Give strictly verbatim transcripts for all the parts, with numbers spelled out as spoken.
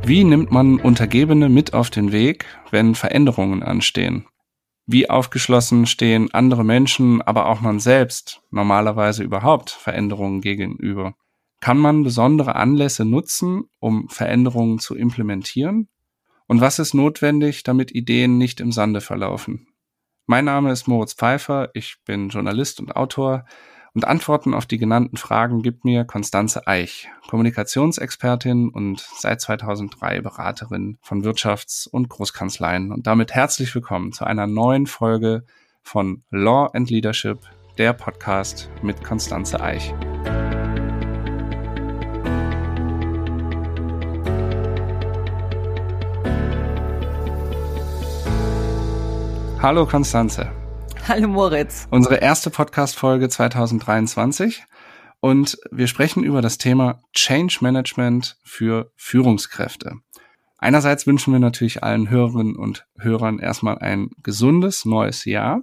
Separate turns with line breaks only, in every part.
Wie nimmt man Untergebene mit auf den Weg, wenn Veränderungen anstehen? Wie aufgeschlossen stehen andere Menschen, aber auch man selbst normalerweise überhaupt Veränderungen gegenüber? Kann man besondere Anlässe nutzen, um Veränderungen zu implementieren? Und was ist notwendig, damit Ideen nicht im Sande verlaufen? Mein Name ist Moritz Pfeiffer, ich bin Journalist und Autor und Antworten auf die genannten Fragen gibt mir Constanze Eich, Kommunikationsexpertin und seit zweitausenddrei Beraterin von Wirtschafts- und Großkanzleien. Und damit herzlich willkommen zu einer neuen Folge von Law and Leadership, der Podcast mit Constanze Eich. Hallo Constanze.
Hallo Moritz.
Unsere erste Podcast-Folge zweitausenddreiundzwanzig und wir sprechen über das Thema Change Management für Führungskräfte. Einerseits wünschen wir natürlich allen Hörerinnen und Hörern erstmal ein gesundes neues Jahr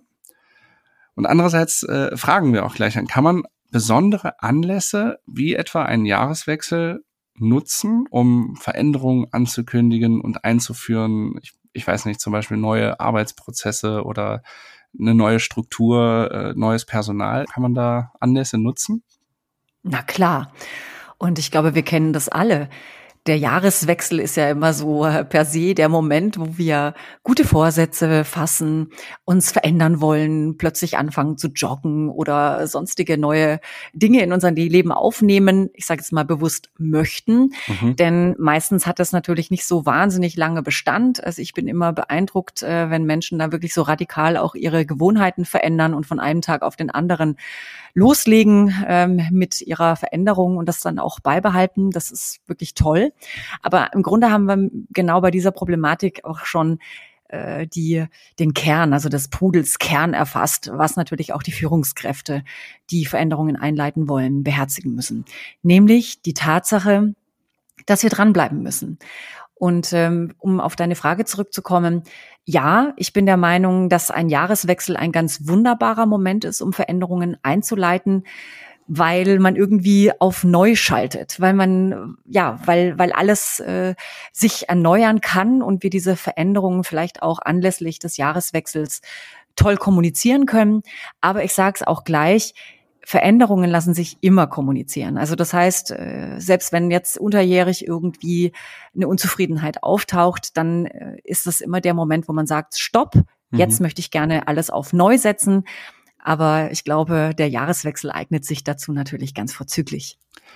und andererseits äh, fragen wir auch gleich, kann man besondere Anlässe wie etwa einen Jahreswechsel nutzen, um Veränderungen anzukündigen und einzuführen? Ich, ich weiß nicht, zum Beispiel neue Arbeitsprozesse oder eine neue Struktur, äh, neues Personal. Kann man da Anlässe nutzen?
Na klar. Und ich glaube, wir kennen das alle. Der Jahreswechsel ist ja immer so per se der Moment, wo wir gute Vorsätze fassen, uns verändern wollen, plötzlich anfangen zu joggen oder sonstige neue Dinge in unser Leben aufnehmen. Ich sage jetzt mal bewusst möchten, mhm. denn meistens hat das natürlich nicht so wahnsinnig lange Bestand. Also ich bin immer beeindruckt, wenn Menschen da wirklich so radikal auch ihre Gewohnheiten verändern und von einem Tag auf den anderen loslegen ähm, mit ihrer Veränderung und das dann auch beibehalten. Das ist wirklich toll. Aber im Grunde haben wir genau bei dieser Problematik auch schon äh, die den Kern, also des Pudels Kern erfasst, was natürlich auch die Führungskräfte, die Veränderungen einleiten wollen, beherzigen müssen. Nämlich die Tatsache, dass wir dranbleiben müssen. Und ähm, um auf deine Frage zurückzukommen, ja, ich bin der Meinung, dass ein Jahreswechsel ein ganz wunderbarer Moment ist, um Veränderungen einzuleiten, weil man irgendwie auf neu schaltet, weil man ja, weil weil alles äh, sich erneuern kann und wir diese Veränderungen vielleicht auch anlässlich des Jahreswechsels toll kommunizieren können. Aber ich sage es auch gleich: Veränderungen lassen sich immer kommunizieren. Also das heißt, selbst wenn jetzt unterjährig irgendwie eine Unzufriedenheit auftaucht, dann ist das immer der Moment, wo man sagt, stopp, jetzt mhm. möchte ich gerne alles auf neu setzen. Aber ich glaube, der Jahreswechsel eignet sich dazu natürlich ganz vorzüglich.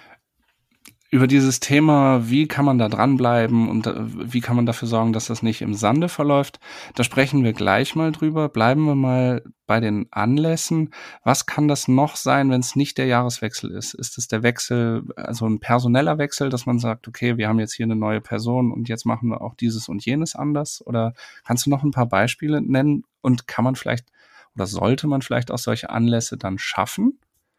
Über dieses Thema, wie kann man da dranbleiben und wie kann man dafür sorgen, dass das nicht im Sande verläuft, da sprechen wir gleich mal drüber. Bleiben wir mal bei den Anlässen. Was kann das noch sein, wenn es nicht der Jahreswechsel ist? Ist es der Wechsel, also ein personeller Wechsel, dass man sagt, okay, wir haben jetzt hier eine neue Person und jetzt machen wir auch dieses und jenes anders? Oder kannst du noch ein paar Beispiele nennen und kann man vielleicht oder sollte man vielleicht auch solche Anlässe dann schaffen?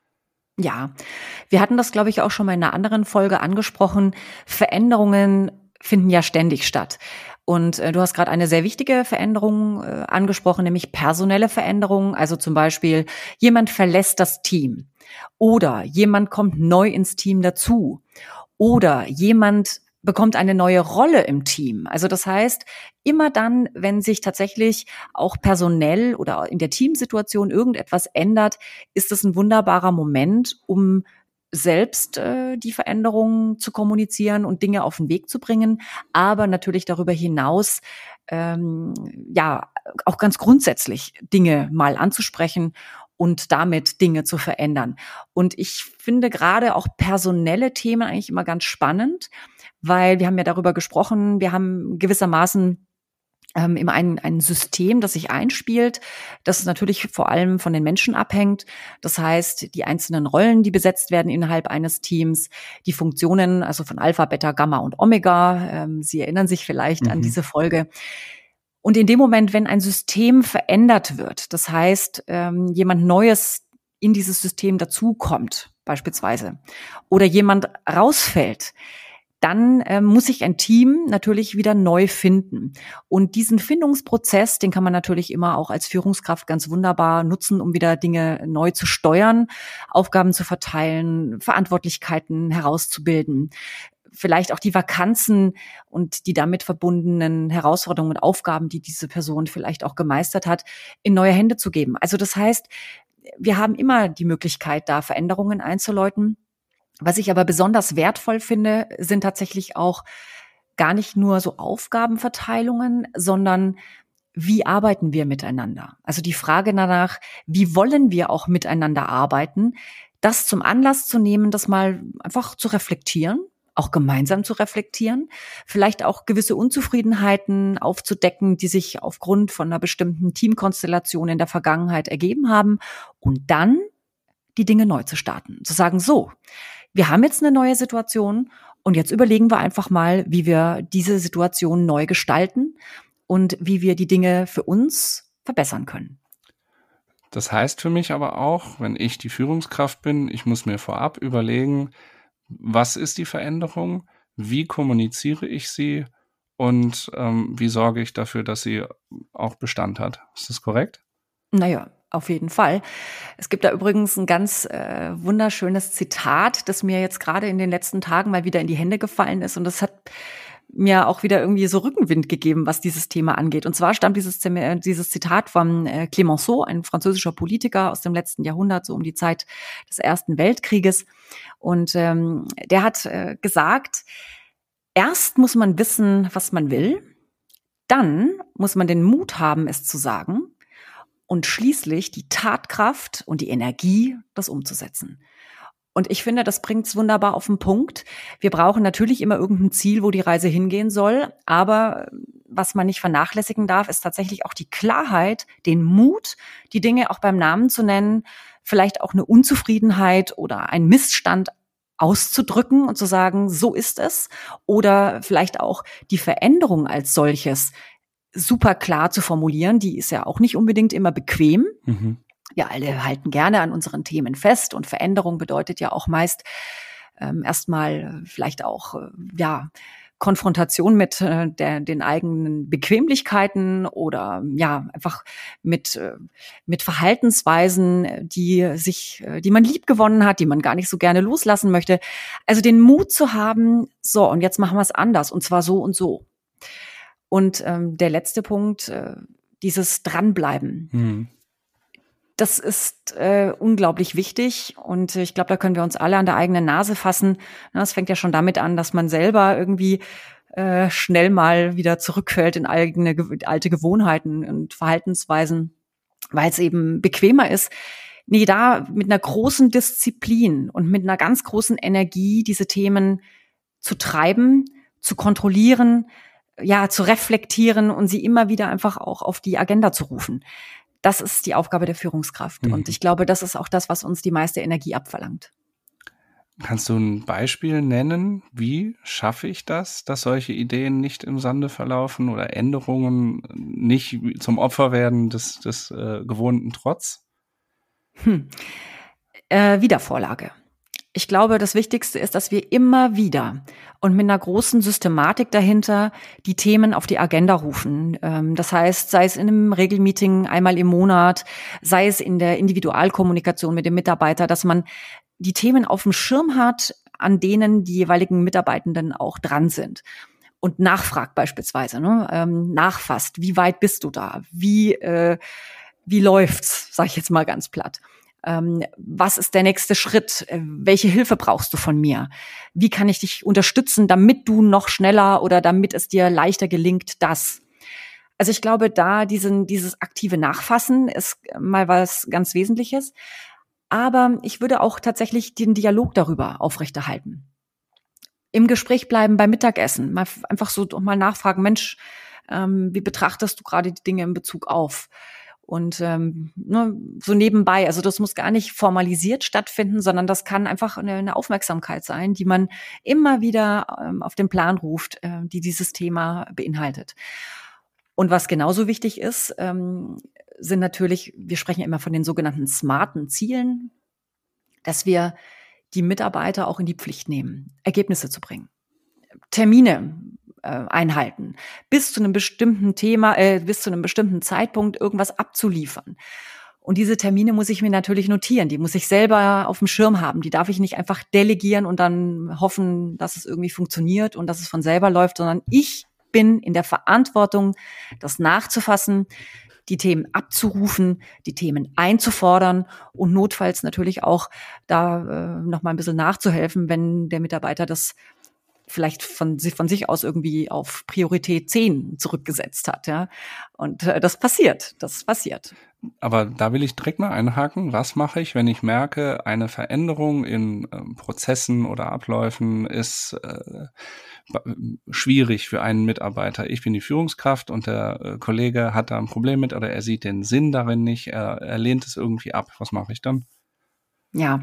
Ja, wir hatten das, glaube ich, auch schon mal in einer anderen Folge angesprochen. Veränderungen finden ja ständig statt. Und äh, du hast gerade eine sehr wichtige Veränderung äh, angesprochen, nämlich personelle Veränderungen. Also zum Beispiel, jemand verlässt das Team oder jemand kommt neu ins Team dazu oder jemand bekommt eine neue Rolle im Team. Also das heißt, immer dann, wenn sich tatsächlich auch personell oder in der Teamsituation irgendetwas ändert, ist es ein wunderbarer Moment, um selbst äh, die Veränderungen zu kommunizieren und Dinge auf den Weg zu bringen, aber natürlich darüber hinaus ähm, ja auch ganz grundsätzlich Dinge mal anzusprechen und damit Dinge zu verändern. Und ich finde gerade auch personelle Themen eigentlich immer ganz spannend, weil wir haben ja darüber gesprochen, wir haben gewissermaßen ähm, immer ein, ein System, das sich einspielt, das natürlich vor allem von den Menschen abhängt. Das heißt, die einzelnen Rollen, die besetzt werden innerhalb eines Teams, die Funktionen, also von Alpha, Beta, Gamma und Omega. Ähm, Sie erinnern sich vielleicht mhm. an diese Folge. Und in dem Moment, wenn ein System verändert wird, das heißt, ähm, jemand Neues in dieses System dazukommt, beispielsweise, oder jemand rausfällt, dann äh, muss sich ein Team natürlich wieder neu finden. Und diesen Findungsprozess, den kann man natürlich immer auch als Führungskraft ganz wunderbar nutzen, um wieder Dinge neu zu steuern, Aufgaben zu verteilen, Verantwortlichkeiten herauszubilden, vielleicht auch die Vakanzen und die damit verbundenen Herausforderungen und Aufgaben, die diese Person vielleicht auch gemeistert hat, in neue Hände zu geben. Also das heißt, wir haben immer die Möglichkeit, da Veränderungen einzuläuten. Was ich aber besonders wertvoll finde, sind tatsächlich auch gar nicht nur so Aufgabenverteilungen, sondern wie arbeiten wir miteinander? Also die Frage danach, wie wollen wir auch miteinander arbeiten, das zum Anlass zu nehmen, das mal einfach zu reflektieren, auch gemeinsam zu reflektieren, vielleicht auch gewisse Unzufriedenheiten aufzudecken, die sich aufgrund von einer bestimmten Teamkonstellation in der Vergangenheit ergeben haben und dann die Dinge neu zu starten. Zu sagen, so, wir haben jetzt eine neue Situation und jetzt überlegen wir einfach mal, wie wir diese Situation neu gestalten und wie wir die Dinge für uns verbessern können.
Das heißt für mich aber auch, wenn ich die Führungskraft bin, ich muss mir vorab überlegen, was ist die Veränderung, wie kommuniziere ich sie und ähm, wie sorge ich dafür, dass sie auch Bestand hat. Ist das korrekt?
Naja, auf jeden Fall. Es gibt da übrigens ein ganz äh, wunderschönes Zitat, das mir jetzt gerade in den letzten Tagen mal wieder in die Hände gefallen ist und das hat mir auch wieder irgendwie so Rückenwind gegeben, was dieses Thema angeht. Und zwar stammt dieses, dieses Zitat von äh, Clemenceau, ein französischer Politiker aus dem letzten Jahrhundert, so um die Zeit des Ersten Weltkrieges. Und ähm, der hat äh, gesagt, erst muss man wissen, was man will, dann muss man den Mut haben, es zu sagen und schließlich die Tatkraft und die Energie, das umzusetzen. Und ich finde, das bringt's wunderbar auf den Punkt. Wir brauchen natürlich immer irgendein Ziel, wo die Reise hingehen soll. Aber was man nicht vernachlässigen darf, ist tatsächlich auch die Klarheit, den Mut, die Dinge auch beim Namen zu nennen, vielleicht auch eine Unzufriedenheit oder einen Missstand auszudrücken und zu sagen, so ist es. Oder vielleicht auch die Veränderung als solches super klar zu formulieren. Die ist ja auch nicht unbedingt immer bequem. Mhm. Wir alle halten gerne an unseren Themen fest und Veränderung bedeutet ja auch meist ähm, erstmal vielleicht auch äh, ja Konfrontation mit äh, der, den eigenen Bequemlichkeiten oder ja einfach mit äh, mit Verhaltensweisen, die sich, äh, die man liebgewonnen hat, die man gar nicht so gerne loslassen möchte. Also den Mut zu haben, so und jetzt machen wir es anders und zwar so und so. Und ähm, der letzte Punkt, äh, dieses Dranbleiben. Mhm. Das ist äh, unglaublich wichtig und ich glaube, da können wir uns alle an der eigenen Nase fassen. Das fängt ja schon damit an, dass man selber irgendwie äh, schnell mal wieder zurückfällt in eigene alte Gewohnheiten und Verhaltensweisen, weil es eben bequemer ist. Nee, da mit einer großen Disziplin und mit einer ganz großen Energie diese Themen zu treiben, zu kontrollieren, ja, zu reflektieren und sie immer wieder einfach auch auf die Agenda zu rufen. Das ist die Aufgabe der Führungskraft. Mhm. Und ich glaube, das ist auch das, was uns die meiste Energie abverlangt.
Kannst du ein Beispiel nennen? Wie schaffe ich das, dass solche Ideen nicht im Sande verlaufen oder Änderungen nicht zum Opfer werden des, des äh, gewohnten Trotz?
Hm. Äh, Wiedervorlage. Ich glaube, das Wichtigste ist, dass wir immer wieder und mit einer großen Systematik dahinter die Themen auf die Agenda rufen. Das heißt, sei es in einem Regelmeeting einmal im Monat, sei es in der Individualkommunikation mit dem Mitarbeiter, dass man die Themen auf dem Schirm hat, an denen die jeweiligen Mitarbeitenden auch dran sind. Und nachfragt beispielsweise, ne? ähm, nachfasst, wie weit bist du da? Wie, äh, wie läuft's, sag ich jetzt mal ganz platt. Ähm, was ist der nächste Schritt? Welche Hilfe brauchst du von mir? Wie kann ich dich unterstützen, damit du noch schneller oder damit es dir leichter gelingt, das? Also ich glaube, da diesen, dieses aktive Nachfassen ist mal was ganz Wesentliches. Aber ich würde auch tatsächlich den Dialog darüber aufrechterhalten. Im Gespräch bleiben beim Mittagessen. Mal einfach so mal nachfragen, Mensch, ähm, wie betrachtest du gerade die Dinge in Bezug auf? Und ähm, ne, so nebenbei, also das muss gar nicht formalisiert stattfinden, sondern das kann einfach eine, eine Aufmerksamkeit sein, die man immer wieder ähm, auf den Plan ruft, äh, die dieses Thema beinhaltet. Und was genauso wichtig ist, ähm, sind natürlich, wir sprechen immer von den sogenannten smarten Zielen, dass wir die Mitarbeiter auch in die Pflicht nehmen, Ergebnisse zu bringen, Termine einhalten, bis zu einem bestimmten Thema, äh, bis zu einem bestimmten Zeitpunkt irgendwas abzuliefern. Und diese Termine muss ich mir natürlich notieren. Die muss ich selber auf dem Schirm haben. Die darf ich nicht einfach delegieren und dann hoffen, dass es irgendwie funktioniert und dass es von selber läuft, sondern ich bin in der Verantwortung, das nachzufassen, die Themen abzurufen, die Themen einzufordern und notfalls natürlich auch da äh, noch mal ein bisschen nachzuhelfen, wenn der Mitarbeiter das vielleicht von sich, von sich aus irgendwie auf Priorität zehn zurückgesetzt hat, ja. Und äh, das passiert, das passiert.
Aber da will ich direkt mal einhaken. Was mache ich, wenn ich merke, eine Veränderung in äh, Prozessen oder Abläufen ist äh, schwierig für einen Mitarbeiter? Ich bin die Führungskraft und der äh, Kollege hat da ein Problem mit oder er sieht den Sinn darin nicht, er, er lehnt es irgendwie ab. Was mache ich dann?
Ja,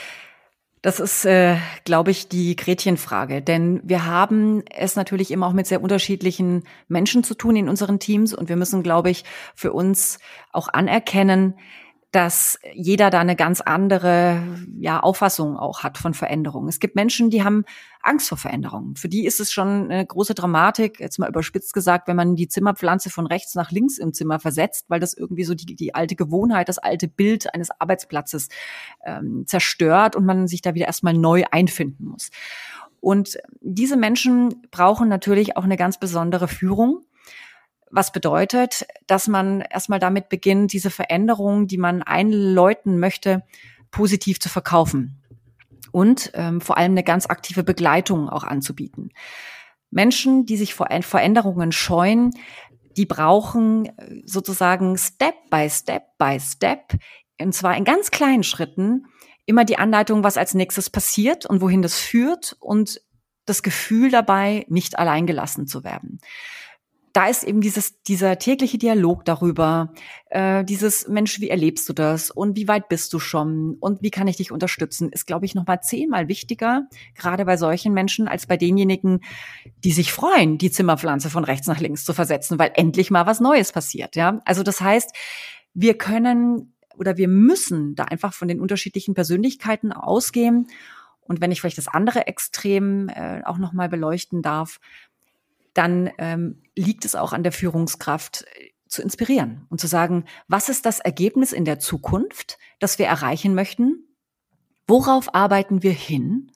das ist, äh, glaube ich, die Gretchenfrage. Denn wir haben es natürlich immer auch mit sehr unterschiedlichen Menschen zu tun in unseren Teams. Und wir müssen, glaube ich, für uns auch anerkennen, dass jeder da eine ganz andere ja, Auffassung auch hat von Veränderungen. Es gibt Menschen, die haben Angst vor Veränderungen. Für die ist es schon eine große Dramatik, jetzt mal überspitzt gesagt, wenn man die Zimmerpflanze von rechts nach links im Zimmer versetzt, weil das irgendwie so die, die alte Gewohnheit, das alte Bild eines Arbeitsplatzes ähm, zerstört und man sich da wieder erstmal neu einfinden muss. Und diese Menschen brauchen natürlich auch eine ganz besondere Führung. Was bedeutet, dass man erstmal damit beginnt, diese Veränderungen, die man einläuten möchte, positiv zu verkaufen und ähm, vor allem eine ganz aktive Begleitung auch anzubieten. Menschen, die sich vor Veränderungen scheuen, die brauchen sozusagen Step by Step by Step, und zwar in ganz kleinen Schritten, immer die Anleitung, was als nächstes passiert und wohin das führt und das Gefühl dabei, nicht allein gelassen zu werden. Da ist eben dieses, dieser tägliche Dialog darüber, äh, dieses Mensch, wie erlebst du das und wie weit bist du schon und wie kann ich dich unterstützen, ist, glaube ich, noch mal zehnmal wichtiger, gerade bei solchen Menschen, als bei denjenigen, die sich freuen, die Zimmerpflanze von rechts nach links zu versetzen, weil endlich mal was Neues passiert. Ja, also das heißt, wir können oder wir müssen da einfach von den unterschiedlichen Persönlichkeiten ausgehen. Und wenn ich vielleicht das andere Extrem äh, auch noch mal beleuchten darf, dann ähm, liegt es auch an der Führungskraft, äh, zu inspirieren und zu sagen, was ist das Ergebnis in der Zukunft, das wir erreichen möchten? Worauf arbeiten wir hin?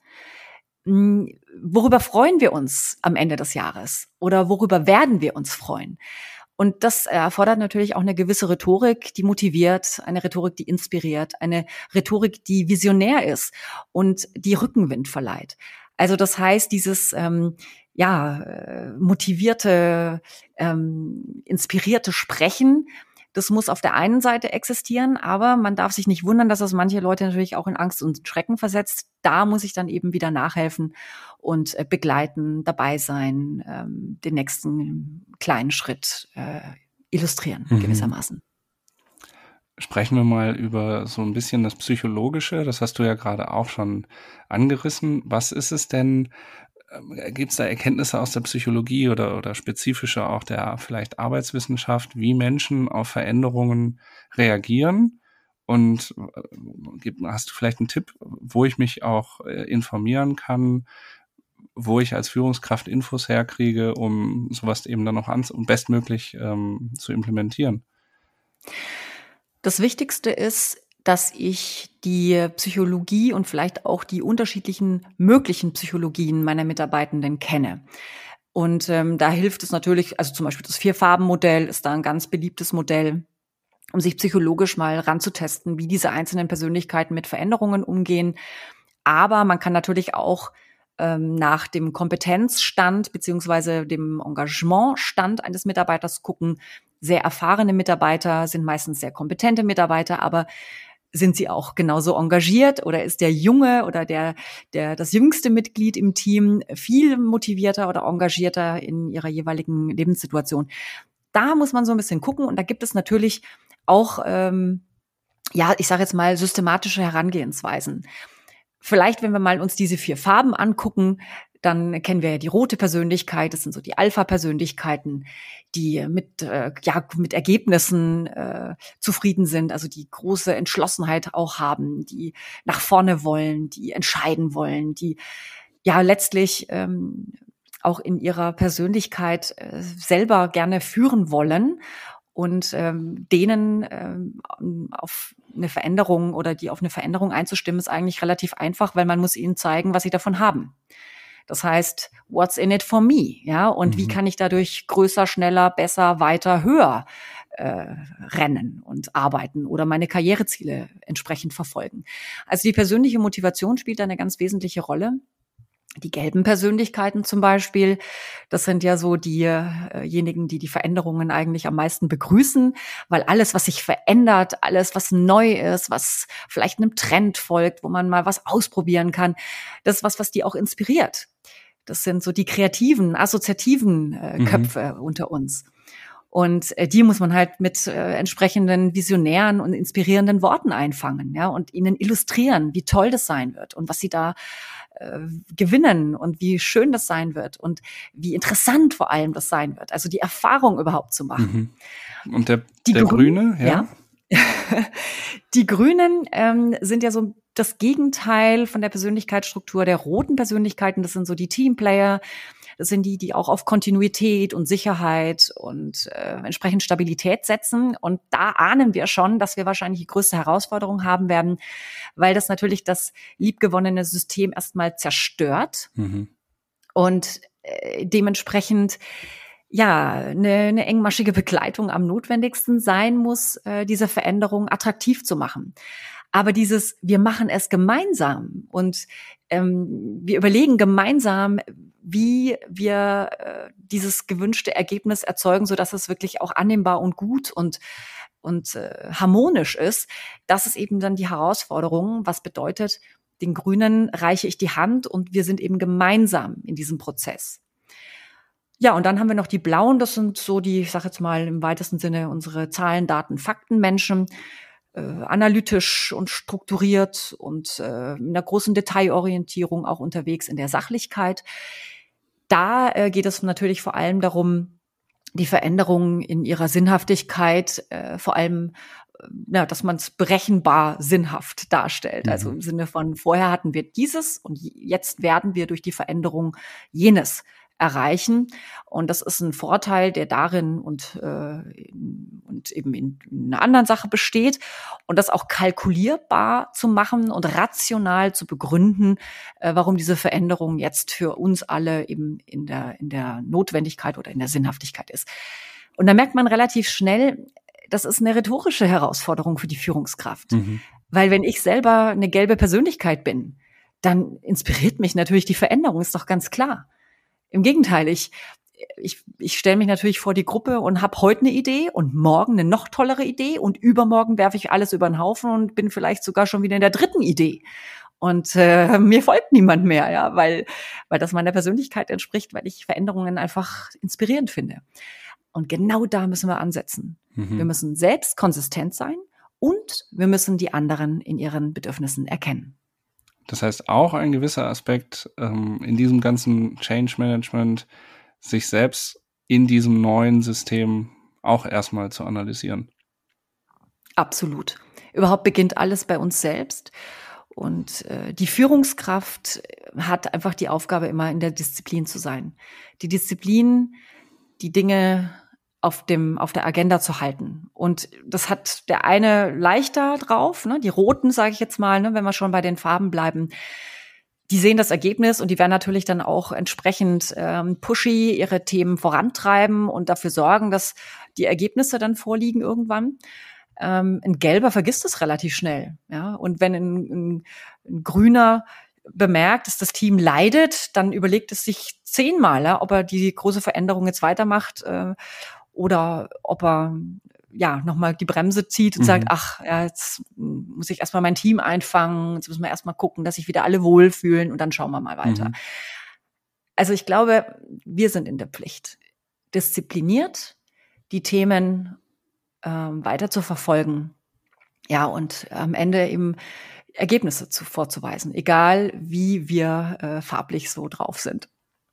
Hm, worüber freuen wir uns am Ende des Jahres? Oder worüber werden wir uns freuen? Und das erfordert natürlich auch eine gewisse Rhetorik, die motiviert, eine Rhetorik, die inspiriert, eine Rhetorik, die visionär ist und die Rückenwind verleiht. Also das heißt, dieses ähm, ja motivierte, ähm, inspirierte Sprechen, das muss auf der einen Seite existieren, aber man darf sich nicht wundern, dass das manche Leute natürlich auch in Angst und Schrecken versetzt. Da muss ich dann eben wieder nachhelfen und äh, begleiten, dabei sein, ähm, den nächsten kleinen Schritt äh, illustrieren, mhm. gewissermaßen.
Sprechen wir mal über so ein bisschen das Psychologische. Das hast du ja gerade auch schon angerissen. Was ist es denn? Gibt es da Erkenntnisse aus der Psychologie oder, oder spezifische auch der vielleicht Arbeitswissenschaft, wie Menschen auf Veränderungen reagieren? Und hast du vielleicht einen Tipp, wo ich mich auch informieren kann, wo ich als Führungskraft Infos herkriege, um sowas eben dann noch an, um bestmöglich ähm, zu implementieren?
Das Wichtigste ist, dass ich die Psychologie und vielleicht auch die unterschiedlichen möglichen Psychologien meiner Mitarbeitenden kenne. Und ähm, da hilft es natürlich, also zum Beispiel das Vier-Farben-Modell ist da ein ganz beliebtes Modell, um sich psychologisch mal ranzutesten, wie diese einzelnen Persönlichkeiten mit Veränderungen umgehen. Aber man kann natürlich auch ähm, nach dem Kompetenzstand beziehungsweise dem Engagementstand eines Mitarbeiters gucken. Sehr erfahrene Mitarbeiter sind meistens sehr kompetente Mitarbeiter, aber sind sie auch genauso engagiert oder ist der Junge oder der, der, das jüngste Mitglied im Team viel motivierter oder engagierter in ihrer jeweiligen Lebenssituation? Da muss man so ein bisschen gucken und da gibt es natürlich auch, ähm, ja, ich sage jetzt mal systematische Herangehensweisen. Vielleicht, wenn wir mal uns diese vier Farben angucken, dann kennen wir ja die rote Persönlichkeit, das sind so die Alpha-Persönlichkeiten, die mit äh, ja mit Ergebnissen äh, zufrieden sind, also die große Entschlossenheit auch haben, die nach vorne wollen, die entscheiden wollen, die ja letztlich ähm, auch in ihrer Persönlichkeit äh, selber gerne führen wollen und ähm, denen ähm, auf eine Veränderung oder die auf eine Veränderung einzustimmen, ist eigentlich relativ einfach, weil man muss ihnen zeigen, was sie davon haben. Das heißt, what's in it for me? Ja, und mhm. wie kann ich dadurch größer, schneller, besser, weiter, höher äh, rennen und arbeiten oder meine Karriereziele entsprechend verfolgen? Also die persönliche Motivation spielt da eine ganz wesentliche Rolle. Die gelben Persönlichkeiten zum Beispiel, das sind ja so diejenigen, die die Veränderungen eigentlich am meisten begrüßen, weil alles, was sich verändert, alles, was neu ist, was vielleicht einem Trend folgt, wo man mal was ausprobieren kann, das ist was, was die auch inspiriert. Das sind so die kreativen, assoziativen äh, mhm. Köpfe unter uns. Und äh, die muss man halt mit äh, entsprechenden visionären und inspirierenden Worten einfangen, ja, und ihnen illustrieren, wie toll das sein wird und was sie da äh, gewinnen und wie schön das sein wird und wie interessant vor allem das sein wird. Also die Erfahrung überhaupt zu machen.
Mhm. Und der, die der Grüne, ja.
ja. Die Grünen ähm, sind ja so das Gegenteil von der Persönlichkeitsstruktur der roten Persönlichkeiten. Das sind so die Teamplayer. Das sind die, die auch auf Kontinuität und Sicherheit und äh, entsprechend Stabilität setzen. Und da ahnen wir schon, dass wir wahrscheinlich die größte Herausforderung haben werden, weil das natürlich das liebgewonnene System erstmal zerstört mhm. und äh, dementsprechend ja eine, eine engmaschige Begleitung am notwendigsten sein muss, äh, diese Veränderung attraktiv zu machen. Aber dieses, wir machen es gemeinsam und ähm, wir überlegen gemeinsam, wie wir äh, dieses gewünschte Ergebnis erzeugen, so dass es wirklich auch annehmbar und gut und und äh, harmonisch ist. Das ist eben dann die Herausforderung, was bedeutet, den Grünen reiche ich die Hand und wir sind eben gemeinsam in diesem Prozess. Ja, und dann haben wir noch die Blauen, das sind so die, ich sage jetzt mal im weitesten Sinne, unsere Zahlen, Daten, Fakten-Menschen, äh, analytisch und strukturiert und äh, in einer großen Detailorientierung auch unterwegs in der Sachlichkeit. Da äh, geht es natürlich vor allem darum, die Veränderungen in ihrer Sinnhaftigkeit, äh, vor allem, äh, ja, dass man es berechenbar sinnhaft darstellt. Mhm. Also im Sinne von, vorher hatten wir dieses und jetzt werden wir durch die Veränderung jenes erreichen. Und das ist ein Vorteil, der darin und, äh, in, und eben in, in einer anderen Sache besteht. Und das auch kalkulierbar zu machen und rational zu begründen, äh, warum diese Veränderung jetzt für uns alle eben in der, in der Notwendigkeit oder in der Sinnhaftigkeit ist. Und da merkt man relativ schnell, das ist eine rhetorische Herausforderung für die Führungskraft. Mhm. Weil wenn ich selber eine gelbe Persönlichkeit bin, dann inspiriert mich natürlich die Veränderung, ist doch ganz klar. Im Gegenteil, ich, ich, ich stelle mich natürlich vor die Gruppe und habe heute eine Idee und morgen eine noch tollere Idee und übermorgen werfe ich alles über den Haufen und bin vielleicht sogar schon wieder in der dritten Idee. Und äh, mir folgt niemand mehr, ja, weil, weil das meiner Persönlichkeit entspricht, weil ich Veränderungen einfach inspirierend finde. Und genau da müssen wir ansetzen. Mhm. Wir müssen selbst konsistent sein und wir müssen die anderen in ihren Bedürfnissen erkennen.
Das heißt, auch ein gewisser Aspekt ähm, in diesem ganzen Change Management, sich selbst in diesem neuen System auch erstmal zu analysieren.
Absolut. Überhaupt beginnt alles bei uns selbst. Und äh, die Führungskraft hat einfach die Aufgabe, immer in der Disziplin zu sein. Die Disziplin, die Dinge auf dem auf der Agenda zu halten. Und das hat der eine leichter drauf, ne? Die Roten, sage ich jetzt mal, ne? Wenn wir schon bei den Farben bleiben, die sehen das Ergebnis und die werden natürlich dann auch entsprechend ähm, pushy ihre Themen vorantreiben und dafür sorgen, dass die Ergebnisse dann vorliegen irgendwann. Ähm, ein Gelber vergisst es relativ schnell, ja. Und wenn ein, ein, ein Grüner bemerkt, dass das Team leidet, dann überlegt es sich zehnmal, ja, ob er die große Veränderung jetzt weitermacht äh, oder ob er ja nochmal die Bremse zieht und mhm. sagt, ach, ja, jetzt muss ich erstmal mein Team einfangen, jetzt müssen wir erstmal gucken, dass sich wieder alle wohlfühlen und dann schauen wir mal weiter. Mhm. Also ich glaube, wir sind in der Pflicht, diszipliniert die Themen ähm, weiter zu verfolgen. Ja, und am Ende eben Ergebnisse zu, vorzuweisen, egal wie wir äh, farblich so drauf sind.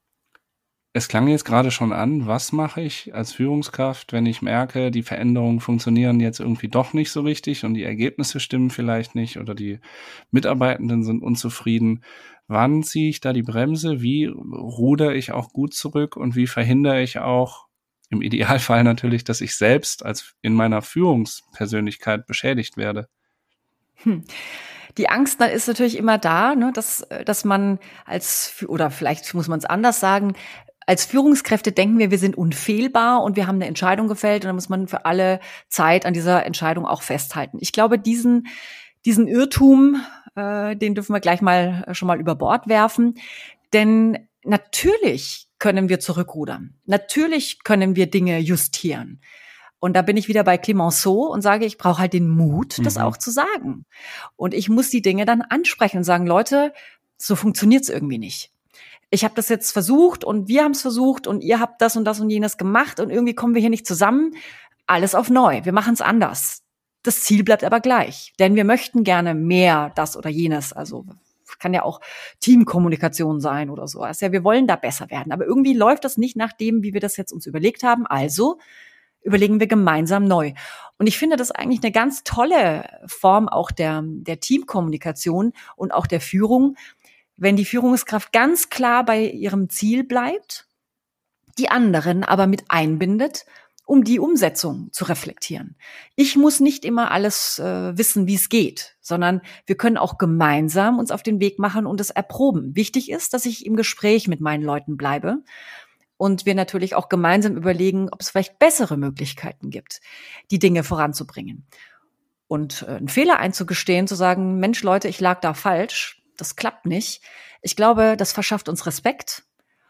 Es klang jetzt gerade schon an, was mache ich als Führungskraft, wenn ich merke, die Veränderungen funktionieren jetzt irgendwie doch nicht so richtig und die Ergebnisse stimmen vielleicht nicht oder die Mitarbeitenden sind unzufrieden. Wann ziehe ich da die Bremse? Wie rudere ich auch gut zurück und wie verhindere ich auch Im Idealfall natürlich, dass ich selbst als in meiner Führungspersönlichkeit beschädigt werde.
Hm. Die Angst ist natürlich immer da, ne, dass, dass man als, oder vielleicht muss man es anders sagen, als Führungskräfte denken wir, wir sind unfehlbar und wir haben eine Entscheidung gefällt und dann muss man für alle Zeit an dieser Entscheidung auch festhalten. Ich glaube, diesen, diesen Irrtum, äh, den dürfen wir gleich mal schon mal über Bord werfen, denn natürlich können wir zurückrudern. Natürlich können wir Dinge justieren. Und da bin ich wieder bei Clemenceau und sage, ich brauche halt den Mut, das mhm. auch zu sagen. Und ich muss die Dinge dann ansprechen und sagen, Leute, so funktioniert's irgendwie nicht. Ich habe das jetzt versucht und wir haben es versucht und ihr habt das und das und jenes gemacht und irgendwie kommen wir hier nicht zusammen. Alles auf neu. Wir machen es anders. Das Ziel bleibt aber gleich. Denn wir möchten gerne mehr das oder jenes. Also kann ja auch Teamkommunikation sein oder so. Also ja, wir wollen da besser werden. Aber irgendwie läuft das nicht nach dem, wie wir das jetzt uns überlegt haben. Also überlegen wir gemeinsam neu. Und ich finde das eigentlich eine ganz tolle Form auch der, der Teamkommunikation und auch der Führung, wenn die Führungskraft ganz klar bei ihrem Ziel bleibt, die anderen aber mit einbindet, um die Umsetzung zu reflektieren. Ich muss nicht immer alles äh, wissen, wie es geht, sondern wir können auch gemeinsam uns auf den Weg machen und es erproben. Wichtig ist, dass ich im Gespräch mit meinen Leuten bleibe und wir natürlich auch gemeinsam überlegen, ob es vielleicht bessere Möglichkeiten gibt, die Dinge voranzubringen. Und äh, einen Fehler einzugestehen, zu sagen, Mensch, Leute, ich lag da falsch, das klappt nicht. Ich glaube, das verschafft uns Respekt.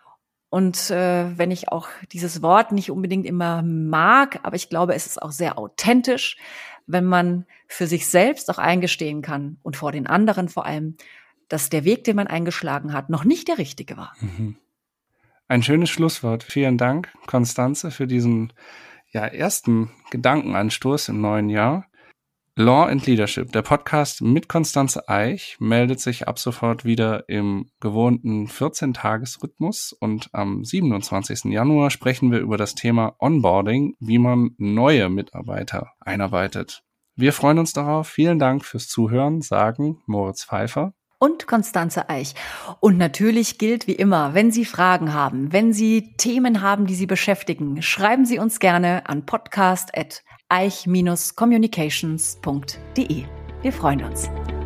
Und äh, wenn ich auch dieses Wort nicht unbedingt immer mag, aber ich glaube, es ist auch sehr authentisch, wenn man für sich selbst auch eingestehen kann und vor den anderen vor allem, dass der Weg, den man eingeschlagen hat, noch nicht der richtige war.
Mhm. Ein schönes Schlusswort. Vielen Dank, Constanze, für diesen ja, ersten Gedankenanstoß im neuen Jahr. Law and Leadership, der Podcast mit Constanze Eich, meldet sich ab sofort wieder im gewohnten vierzehn-Tages-Rhythmus und am siebenundzwanzigsten Januar sprechen wir über das Thema Onboarding, wie man neue Mitarbeiter einarbeitet. Wir freuen uns darauf. Vielen Dank fürs Zuhören, sagen Moritz Pfeiffer
und Constanze Eich. Und natürlich gilt wie immer, wenn Sie Fragen haben, wenn Sie Themen haben, die Sie beschäftigen, schreiben Sie uns gerne an podcast at eich dash communications punkt de. Wir freuen uns.